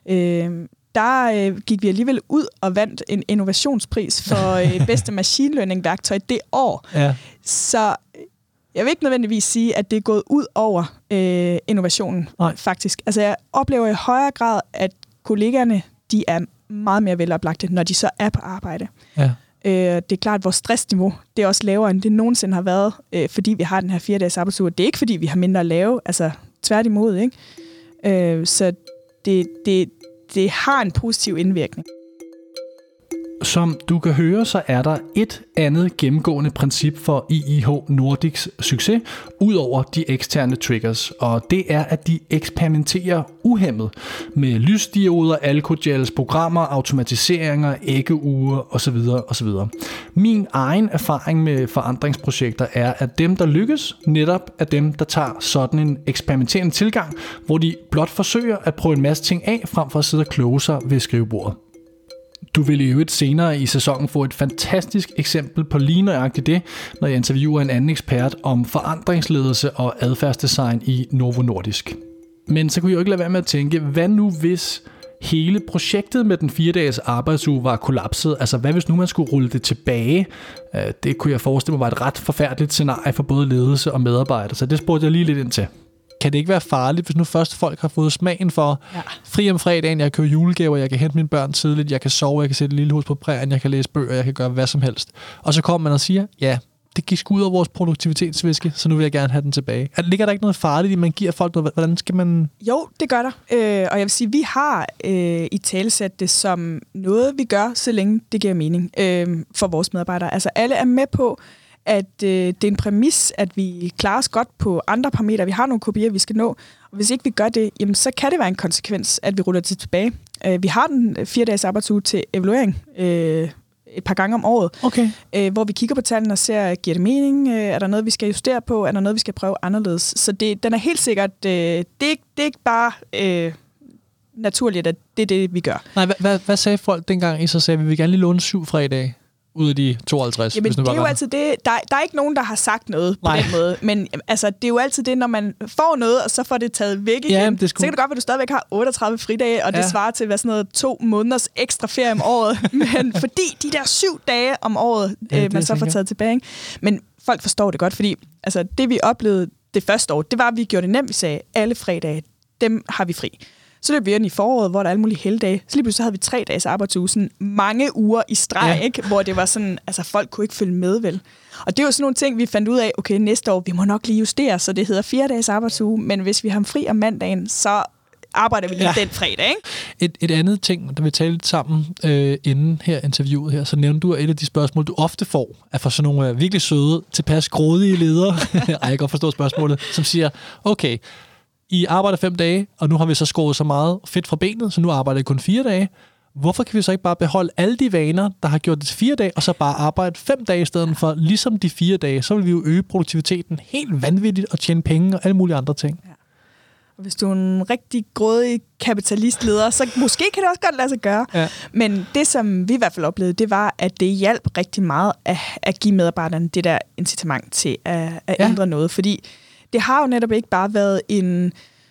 der gik vi alligevel ud og vandt en innovationspris for bedste machine learning-værktøj det år. Ja. Så jeg vil ikke nødvendigvis sige, at det er gået ud over innovationen, faktisk. Altså, jeg oplever i højere grad, at kollegaerne, de er meget mere veloplagte, når de så er på arbejde. Ja. Det er klart, at vores stressniveau, det er også lavere, end det nogensinde har været, fordi vi har den her 4-dages arbejdsuge. Det er ikke, fordi vi har mindre at lave, altså tværtimod, ikke? Så det har en positiv indvirkning. Som du kan høre, så er der et andet gennemgående princip for IIH Nordics succes, ud over de eksterne triggers, og det er, at de eksperimenterer uhæmmet med lysdioder, alkogels, programmer, automatiseringer, æggeuger osv. osv. Min egen erfaring med forandringsprojekter er, at dem, der lykkes, netop er dem, der tager sådan en eksperimenterende tilgang, hvor de blot forsøger at prøve en masse ting af, frem for at sidde og kloge sig ved skrivebordet. Du vil i øvrigt senere i sæsonen få et fantastisk eksempel på lige nøjagtigt det, når jeg interviewer en anden ekspert om forandringsledelse og adfærdsdesign i Novo Nordisk. Men så kunne jeg jo ikke lade være med at tænke, hvad nu hvis hele projektet med den 4-dages arbejdsuge var kollapset? Altså hvad hvis nu man skulle rulle det tilbage? Det kunne jeg forestille mig var et ret forfærdeligt scenarie for både ledelse og medarbejdere, så det spurgte jeg lige lidt ind til. Kan det ikke være farligt, hvis nu først folk har fået smagen for fri om fredagen, jeg kan købe julegaver, jeg kan hente mine børn tidligt, jeg kan sove, jeg kan sætte et lille hus på prærien, jeg kan læse bøger, jeg kan gøre hvad som helst. Og så kommer man og siger, ja, det gik sgu ud over vores produktivitetsviske, så nu vil jeg gerne have den tilbage. Ligger der ikke noget farligt i, man giver folk noget? Hvordan skal man... Jo, det gør der. Og jeg vil sige, vi har i talesat det som noget, vi gør, så længe det giver mening for vores medarbejdere. Altså alle er med på, at det er en præmis, at vi klarer os godt på andre parametre. Vi har nogle kopier, vi skal nå. Og hvis ikke vi gør det, jamen, så kan det være en konsekvens, at vi ruller det tilbage. Vi har den 4-dages arbejdsuge til evaluering et par gange om året, hvor vi kigger på tallene og ser, giver det mening? Er der noget, vi skal justere på? Er der noget, vi skal prøve anderledes? Så den er helt sikkert, det er ikke bare naturligt, at det er det, vi gør. Nej, hvad sagde folk dengang, I så sagde, vi vil gerne lige låne 7 fredage? Ud af de 52. Jamen, det er jo altid det. Der er ikke nogen, der har sagt noget på den måde. Men altså, det er jo altid det, når man får noget, og så får det taget væk igen. Jamen, så kan det godt være, at du stadigvæk har 38 fridage, og det svarer til sådan noget 2 måneders ekstra ferie om året. Men fordi de der 7 dage om året, man så får taget tilbage. Ikke? Men folk forstår det godt, fordi altså, det vi oplevede det første år, det var, at vi gjorde det nemt. Vi sagde, alle fredage, dem har vi fri. Så løb vi ind i foråret, hvor der er alle mulige helgedage. Så lige pludselig havde vi 3 dages arbejdsuge, sådan mange uger i streg, ikke? Hvor det var sådan, altså folk kunne ikke følge med, vel? Og det var sådan nogle ting, vi fandt ud af, okay, næste år, vi må nok lige justere, så det hedder 4 dages arbejdsuge, men hvis vi har fri om mandagen, så arbejder vi lige den fredag, ikke? Et andet ting, der vi talte lidt sammen inden her interviewet her, så nævnte du, at et af de spørgsmål, du ofte får, er fra sådan nogle virkelig søde, tilpas grådige ledere, jeg kan godt forstå spørgsmålet, som siger, okay, I arbejder 5 dage, og nu har vi så skåret så meget fedt fra benet, så nu arbejder I kun 4 dage. Hvorfor kan vi så ikke bare beholde alle de vaner, der har gjort det til 4 dage, og så bare arbejde 5 dage i stedet for, ligesom de 4 dage? Så vil vi jo øge produktiviteten helt vanvittigt og tjene penge og alle mulige andre ting. Ja. Og hvis du er en rigtig grådig kapitalistleder, så måske kan det også godt lade sig gøre. Ja. Men det, som vi i hvert fald oplevede, det var, at det hjalp rigtig meget at give medarbejderne det der incitament til at ændre noget. Fordi det har jo netop ikke bare været en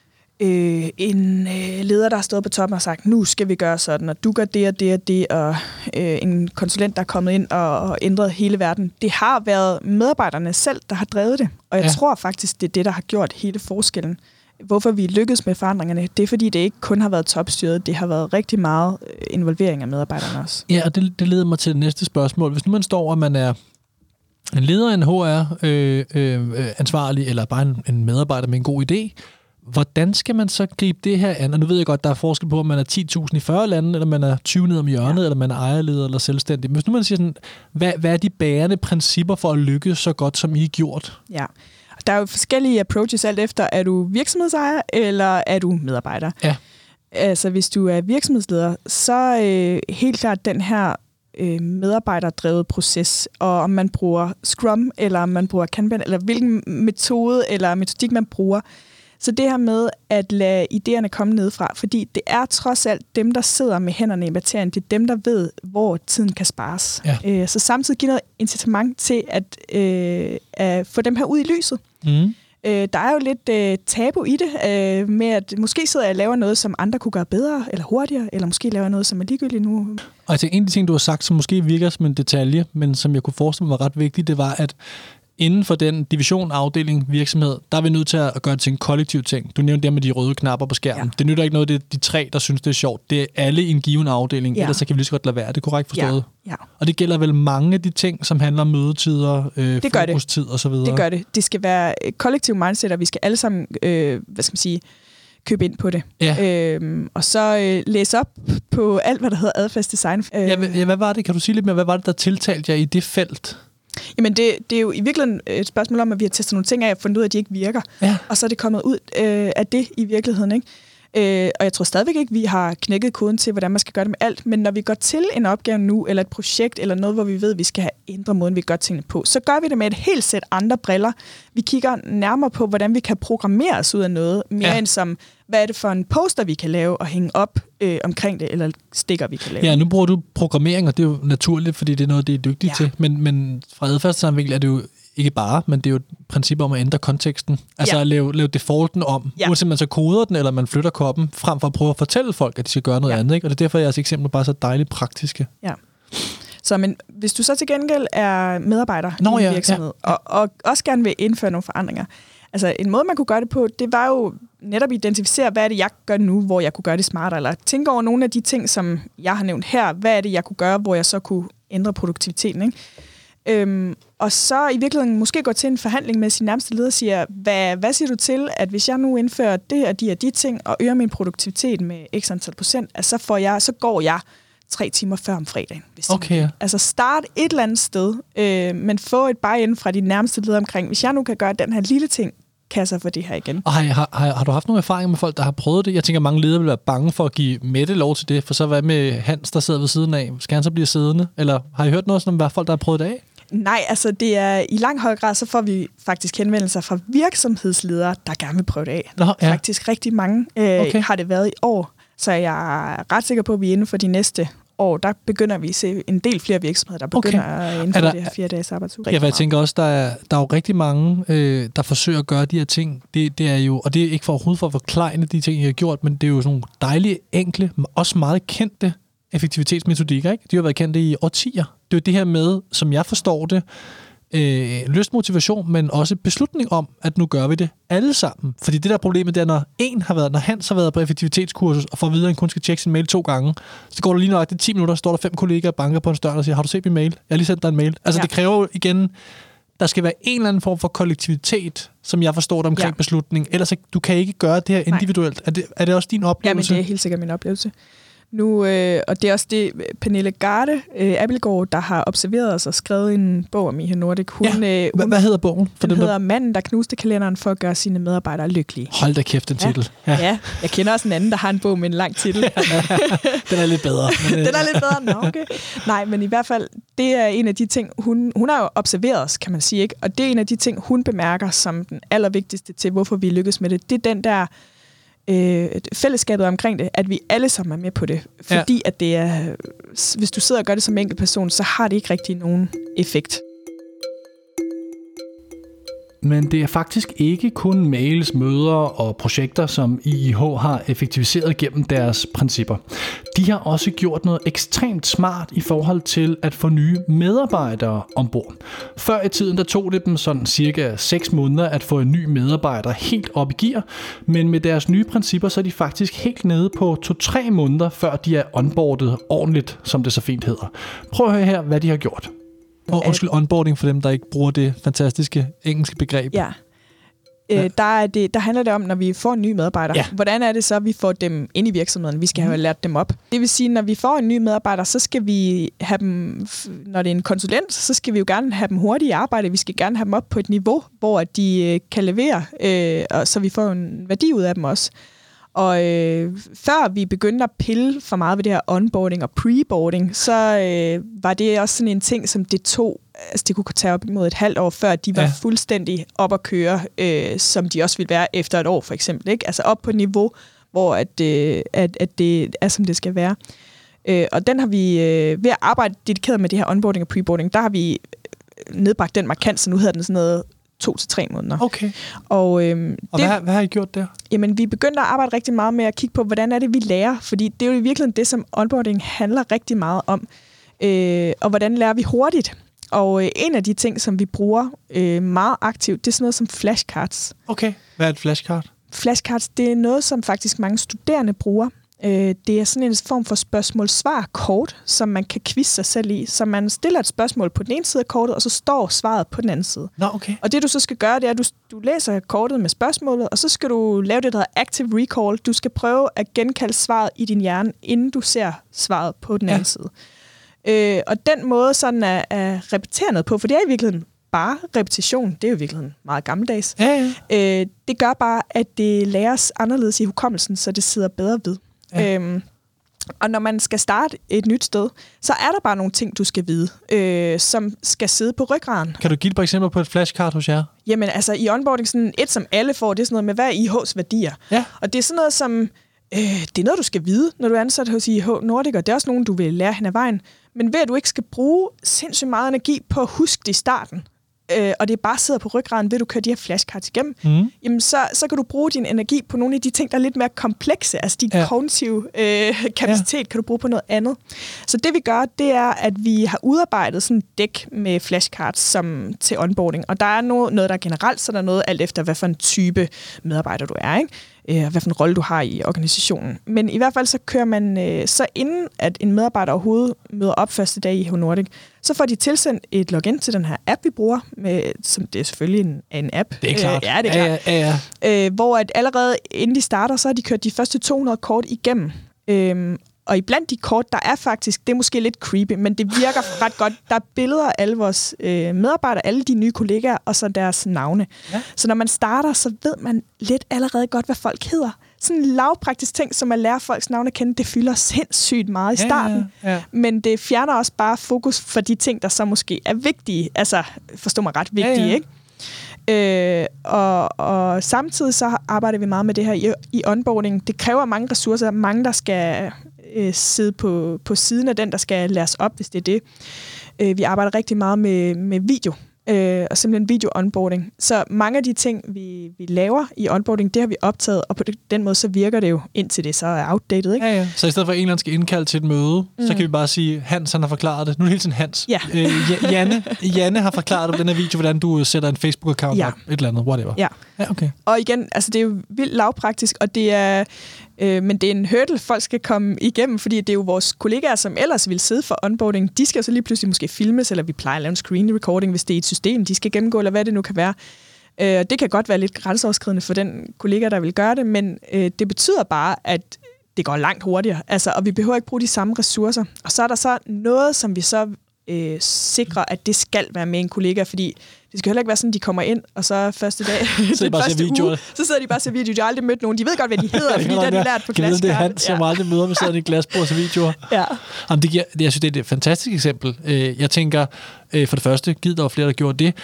leder, der har stået på toppen og sagt, nu skal vi gøre sådan, og du gør det og det og det, og en konsulent, der er kommet ind og ændret hele verden. Det har været medarbejderne selv, der har drevet det, og jeg tror faktisk, det er det, der har gjort hele forskellen. Hvorfor vi lykkes med forandringerne, det er fordi, det ikke kun har været topstyret, det har været rigtig meget involvering af medarbejderne også. Ja, og det leder mig til det næste spørgsmål. Hvis nu man står, og man er en leder af en HR-ansvarlig, eller bare en medarbejder med en god idé, hvordan skal man så gribe det her an? Og nu ved jeg godt, der er forskel på, om man er 10.000 i 40 lande, eller man er 20 ned om hjørnet, eller man er ejerleder eller selvstændig. Men hvis nu man siger sådan, hvad er de bærende principper for at lykkes så godt, som I har gjort? Ja, der er jo forskellige approaches alt efter, er du virksomhedsejer, eller er du medarbejder? Ja. Altså, hvis du er virksomhedsleder, så helt klart den her medarbejderdrevet proces, og om man bruger Scrum, eller om man bruger Kanban, eller hvilken metode eller metodik man bruger. Så det her med at lade idéerne komme nedefra, fordi det er trods alt dem, der sidder med hænderne i materien, det er dem, der ved, hvor tiden kan spares. Så samtidig give noget incitament til at få dem her ud i lyset. Der er jo lidt tabu i det, med at måske sidder jeg og laver noget, som andre kunne gøre bedre, eller hurtigere, eller måske laver noget, som er ligegyldigt nu. Og jeg tænker, en af de ting, du har sagt, som måske virker som en detalje, men som jeg kunne forestille mig var ret vigtigt, det var, at inden for den division, afdeling, virksomhed, der er vi nødt til at gøre det til en kollektiv ting. Du nævnte det med de røde knapper på skærmen. Ja. Det nytter ikke noget, det er de 3, der synes, det er sjovt. Det er alle i en given afdeling, ellers så kan vi lige så godt lade være. Det er korrekt forstået. Ja. Og det gælder vel mange af de ting, som handler om mødetider, fokustid og så videre. Det gør det. Det skal være kollektiv mindset, og vi skal alle sammen, købe ind på det. Ja. Og så læse op på alt, hvad der hedder adfærdsdesign. Hvad var det? Kan du sige lidt mere? Hvad var det, der tiltalte jer i det felt? Jamen, det er jo i virkeligheden et spørgsmål om, at vi har testet nogle ting af og fundet ud af, at de ikke virker. Ja. Og så er det kommet ud af det i virkeligheden, ikke? Og jeg tror stadigvæk ikke, vi har knækket koden til, hvordan man skal gøre det med alt. Men når vi går til en opgave nu, eller et projekt, eller noget, hvor vi ved, at vi skal have ændret måden, vi gør tingene på, så gør vi det med et helt sæt andre briller. Vi kigger nærmere på, hvordan vi kan programmere os ud af noget, mere end som, hvad er det for en poster, vi kan lave og hænge op omkring det, eller stikker, vi kan lave. Ja, nu bruger du programmering, og det er jo naturligt, fordi det er noget, det er dygtigt til. Men fra adfærdssammenvikling er det jo ikke bare, men det er jo et princip om at ændre konteksten. Altså at lave defaulten om. Uanset man så koder den, eller man flytter koppen, frem for at prøve at fortælle folk, at de skal gøre noget andet. Ikke? Og det er derfor, jeres eksempler bare så dejligt praktiske. Ja. Så men hvis du så til gengæld er medarbejder i en virksomhed, og også gerne vil indføre nogle forandringer. Altså en måde, man kunne gøre det på, det var jo netop at identificere, hvad er det, jeg gør nu, hvor jeg kunne gøre det smartere, eller tænke over nogle af de ting, som jeg har nævnt her. Hvad er det, jeg kunne gøre, hvor jeg så kunne ændre produktiviteten, ikke? Og så i virkeligheden måske gå til en forhandling med sin nærmeste leder og siger, hvad siger du til, at hvis jeg nu indfører det og de ting, og øger min produktivitet med x antal procent, altså så går jeg 3 timer før om fredagen. Okay. Altså start et eller andet sted, men få et buy-in fra de nærmeste leder omkring, hvis jeg nu kan gøre den her lille ting, kan jeg så få det her igen. Og har du haft nogle erfaringer med folk, der har prøvet det? Jeg tænker, mange ledere vil være bange for at give Mette lov til det, for så hvad med Hans, der sidder ved siden af? Skal han så blive siddende? Eller har I hørt noget sådan om folk, der har prøvet det af? Nej, altså det er i langt høj grad, så får vi faktisk henvendelser fra virksomhedsledere, der gerne vil prøve det af. Faktisk rigtig mange har det været i år, så jeg er ret sikker på, at vi inden for de næste år, der begynder vi at se en del flere virksomheder, der begynder at indføre det her 4-dages arbejdsuge. Ja, for jeg tænker også, der er jo rigtig mange, der forsøger at gøre de her ting. Det er jo, og det er ikke for overhovedet for at forklejne de ting, I har gjort, men det er jo sådan nogle dejlige, enkle, også meget kendte effektivitetsmetodikker, ikke? De har været kendte i årtier. Det er jo det her med, som jeg forstår det, lystmotivation, men også beslutning om, at nu gør vi det alle sammen. Fordi det der problemet, det er, når Hans har været på effektivitetskursus og får videre, at han kun skal tjekke sin mail 2 gange, så går der lige nøjagtigt 10 minutter, står der 5 kollegaer og banker på en større og siger, har du set min mail? Jeg har lige sendt dig en mail. Altså det kræver jo igen, der skal være en eller anden form for kollektivitet, som jeg forstår det omkring beslutning. Ellers du kan ikke gøre det her individuelt. Er det også din oplevelse? Jamen, det er helt sikkert min oplevelse. Nu, og det er også det, Pernille Garde Abildgaard, der har observeret os og skrevet en bog om IH Nordic. Hvad hedder bogen? Den hedder Manden, der knuste kalenderen for at gøre sine medarbejdere lykkelige. Hold da kæft, den titel. Ja, jeg kender også en anden, der har en bog med en lang titel. Den er lidt bedre. Den er lidt bedre, okay. Nej, men i hvert fald, det er en af de ting, hun har jo observeret os, kan man sige, ikke? Og det er en af de ting, hun bemærker som den allervigtigste til, hvorfor vi lykkes med det. Det er den der fællesskabet omkring det, at vi alle sammen er med på det. Fordi at det er, hvis du sidder og gør det som enkelt person, så har det ikke rigtig nogen effekt. Men det er faktisk ikke kun mails, møder og projekter, som IIH har effektiviseret gennem deres principper. De har også gjort noget ekstremt smart i forhold til at få nye medarbejdere ombord. Før i tiden, der tog det dem sådan cirka 6 måneder at få en ny medarbejder helt op i gear, men med deres nye principper, så er de faktisk helt nede på 2-3 måneder, før de er onboardet ordentligt, som det så fint hedder. Prøv at høre her, hvad de har gjort. Og undskyld, onboarding for dem, der ikke bruger det fantastiske engelske begreb. Ja. Der handler det om, når vi får en ny medarbejder. Hvordan er det så, at vi får dem ind i virksomheden? Vi skal have lært dem op. Det vil sige, når vi får en ny medarbejder, så skal vi have dem, når det er en konsulent, så skal vi jo gerne have dem hurtigt i arbejde. Vi skal gerne have dem op på et niveau, hvor de kan levere, og så vi får en værdi ud af dem også. Og før vi begyndte at pille for meget ved det her onboarding og preboarding, så var det også sådan en ting, som det tog, altså det kunne tage op imod et halvt år, før de var fuldstændig op at køre, som de også ville være efter et år for eksempel. Ikke? Altså op på et niveau, hvor at det er, som det skal være. Og den har vi, ved at arbejde dedikeret med det her onboarding og preboarding, der har vi nedbragt den markant, så nu hedder den sådan noget 2 til 3 måneder. Okay. Og hvad har I gjort der? Jamen, vi begyndte at arbejde rigtig meget med at kigge på, hvordan er det, vi lærer. Fordi det er jo i virkeligheden det, som onboarding handler rigtig meget om. Og hvordan lærer vi hurtigt. Og en af de ting, som vi bruger meget aktivt, det er sådan noget som flashcards. Okay. Hvad er et flashcard? Flashcards, det er noget, som faktisk mange studerende bruger. Det er sådan en form for spørgsmål-svar-kort, som man kan quizze sig selv i. Så man stiller et spørgsmål på den ene side af kortet, og så står svaret på den anden side. Nå, okay. Og det, du så skal gøre, det er, at du læser kortet med spørgsmålet, og så skal du lave det, der hedder active recall. Du skal prøve at genkalde svaret i din hjerne, inden du ser svaret på den anden side. Og den måde sådan at repetere noget på, for det er i virkeligheden bare repetition, det er jo i virkeligheden meget gammeldags. Det gør bare, at det læres anderledes i hukommelsen, så det sidder bedre ved. Og når man skal starte et nyt sted, så er der bare nogle ting, du skal vide, som skal sidde på ryggraden. Kan du give et par eksempler på et flashcard hos jer? Jamen altså i onboarding, sådan et som alle får, det er sådan noget med, hvad er IH's værdier? Ja. Og det er sådan noget som, det er noget, du skal vide, når du er ansat hos IH Nordic, og det er også nogen, du vil lære hen ad vejen. Men ved at du ikke skal bruge sindssygt meget energi på at huske det i starten, og det bare sidder på ryggraden, ved du kører de her flashcards igennem, jamen så kan du bruge din energi på nogle af de ting, der er lidt mere komplekse. Altså din kognitive kapacitet kan du bruge på noget andet. Så det vi gør, det er, at vi har udarbejdet sådan et dæk med flashcards som til onboarding. Og der er noget, der er generelt, så der er noget alt efter, hvad for en type medarbejder du er, ikke? Hvad for en rolle du har i organisationen. Men i hvert fald så kører man, så inden at en medarbejder overhovedet møder op første dag i IH Nordic, så får de tilsendt et login til den her app, vi bruger, som det er selvfølgelig en app. Det er klart. Ja, det er klart. Ja. Hvor at allerede inden de starter, så har de kørt de første 200 kort igennem. Og iblandt de kort, der er faktisk, det er måske lidt creepy, men det virker ret godt. Der er billeder af alle vores medarbejdere, alle de nye kollegaer, og så deres navne. Ja. Så når man starter, så ved man lidt allerede godt, hvad folk hedder. Sådan en lavpraktisk ting, som at lære folks navne at kende, det fylder sindssygt meget i starten. Ja. Men det fjerner også bare fokus for de ting, der så måske er vigtige. Altså, forstå mig ret vigtige, ikke? Og samtidig så arbejder vi meget med det her i onboarding. Det kræver mange ressourcer, mange der skal sidde på siden af den, der skal læres op, hvis det er det. Vi arbejder rigtig meget med video, og simpelthen video-onboarding. Så mange af de ting, vi laver i onboarding, det har vi optaget, og på den måde, så virker det jo, indtil det så er outdated, ikke? Ja. Så i stedet for, at en eller anden skal indkalde til et møde, så kan vi bare sige, Hans, han har forklaret det. Nu er det hele tiden Hans. Ja. Janne har forklaret på den her video, hvordan du sætter en Facebook-account op, et eller andet, whatever. Ja, okay. Og igen, altså det er jo vildt lavpraktisk, og det er... men det er en hurdle, folk skal komme igennem, fordi det er jo vores kollegaer, som ellers vil sidde for onboarding. De skal så lige pludselig måske filmes, eller vi plejer at lave en screen recording, hvis det er et system, de skal gennemgå, eller hvad det nu kan være. Det kan godt være lidt grænseoverskridende for den kollega, der vil gøre det, men det betyder bare, at det går langt hurtigere. Altså, og vi behøver ikke bruge de samme ressourcer. Og så er der så noget, som vi så sikrer, at det skal være med en kollega, fordi det skal heller ikke være sådan, de kommer ind, og så første dag, så sidder de bare og ser videoer. De har aldrig mødt nogen. De ved godt, hvad de hedder, fordi det har de lært på flashcard. Det er han, som aldrig møder med sådan en glasbord til videoer. Ja. Jamen, jeg synes, det er et fantastisk eksempel. Jeg tænker, for det første, giv der flere, der gjorde det.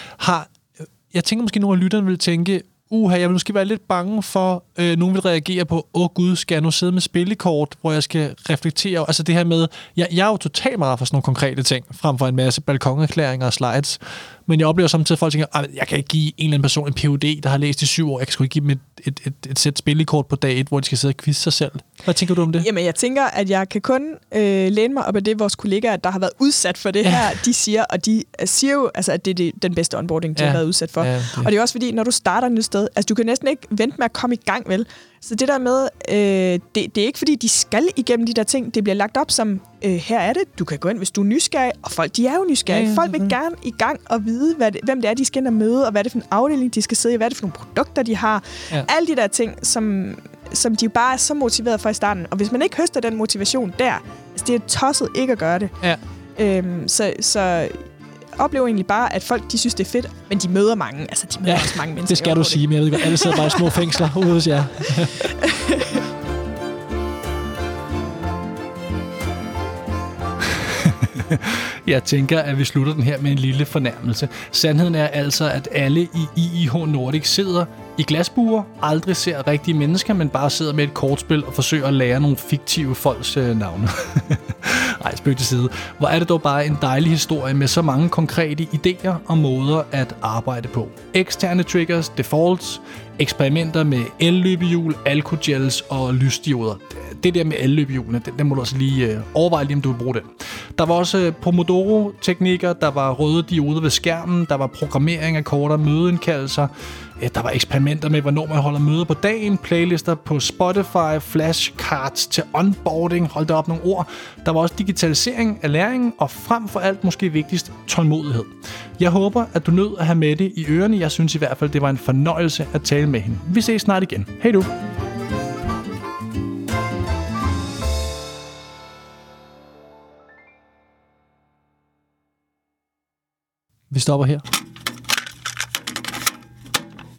Jeg tænker måske, nogle af lytterne vil tænke, jeg vil måske være lidt bange for, nogen vil reagere på, gud, skal jeg nu sidde med spillekort, hvor jeg skal reflektere? Altså det her med, jeg er jo totalt meget for sådan nogle konkrete ting, frem for en masse balkonerklæringer og slides. Men jeg oplever samtidig, at folk tænker, jeg kan ikke give en eller anden person en PhD, der har læst i 7 år. Jeg kan sgu ikke give dem et sæt spillekort på dag 1, hvor de skal sidde og quizze sig selv. Hvad tænker du om det? Jamen, jeg tænker, at jeg kan kun læne mig op af det, vores kollegaer, der har været udsat for det her, de siger. Og de siger jo, altså, at det er den bedste onboarding, de har været udsat for. Ja, og det er også fordi, når du starter et nyt sted, altså du kan næsten ikke vente med at komme i gang, vel? Så det der med, det er ikke fordi, de skal igennem de der ting. Det bliver lagt op som, her er det, du kan gå ind, hvis du er nysgerrig. Og folk, de er jo nysgerrige. Ja, folk vil gerne i gang og vide, hvem det er, de skal ind og møde, og hvad det er for en afdeling, de skal sidde i, hvad det er for nogle produkter, de har. Ja. Alle de der ting, som de bare er så motiveret for i starten. Og hvis man ikke høster den motivation der, altså det er tosset ikke at gøre det. Ja. Så oplever egentlig bare, at folk, de synes, det er fedt, men de møder mange. Altså, de møder også mange mennesker. Det skal du sige, men jeg ved godt, alle sidder bare i små fængsler ude hos jer. Jeg tænker, at vi slutter den her med en lille fornærmelse. Sandheden er altså, at alle i IH Nordic sidder i glasbuer, aldrig ser rigtige mennesker, men bare sidder med et kortspil og forsøger at lære nogle fiktive folks navne. Ej, spøg til side. Hvor er det dog bare en dejlig historie med så mange konkrete idéer og måder at arbejde på. Eksterne triggers, defaults, eksperimenter med elløbehjul, alkogels og lysdioder. Det der med elløbehjulene, den må du også lige overveje lige, om du vil bruge den. Der var også Pomodoro-teknikker, der var røde dioder ved skærmen, der var programmering af kortere mødeindkaldelser, der var eksperimenter med, hvornår man holder møder på dagen, playlister på Spotify, flashcards til onboarding, hold da op nogle ord. Der var også digitalisering af læringen, og frem for alt måske vigtigst, tålmodighed. Jeg håber, at du nød at have med det i ørerne. Jeg synes i hvert fald, det var en fornøjelse at tale med hende. Vi ses snart igen. Hej du! Vi stopper her.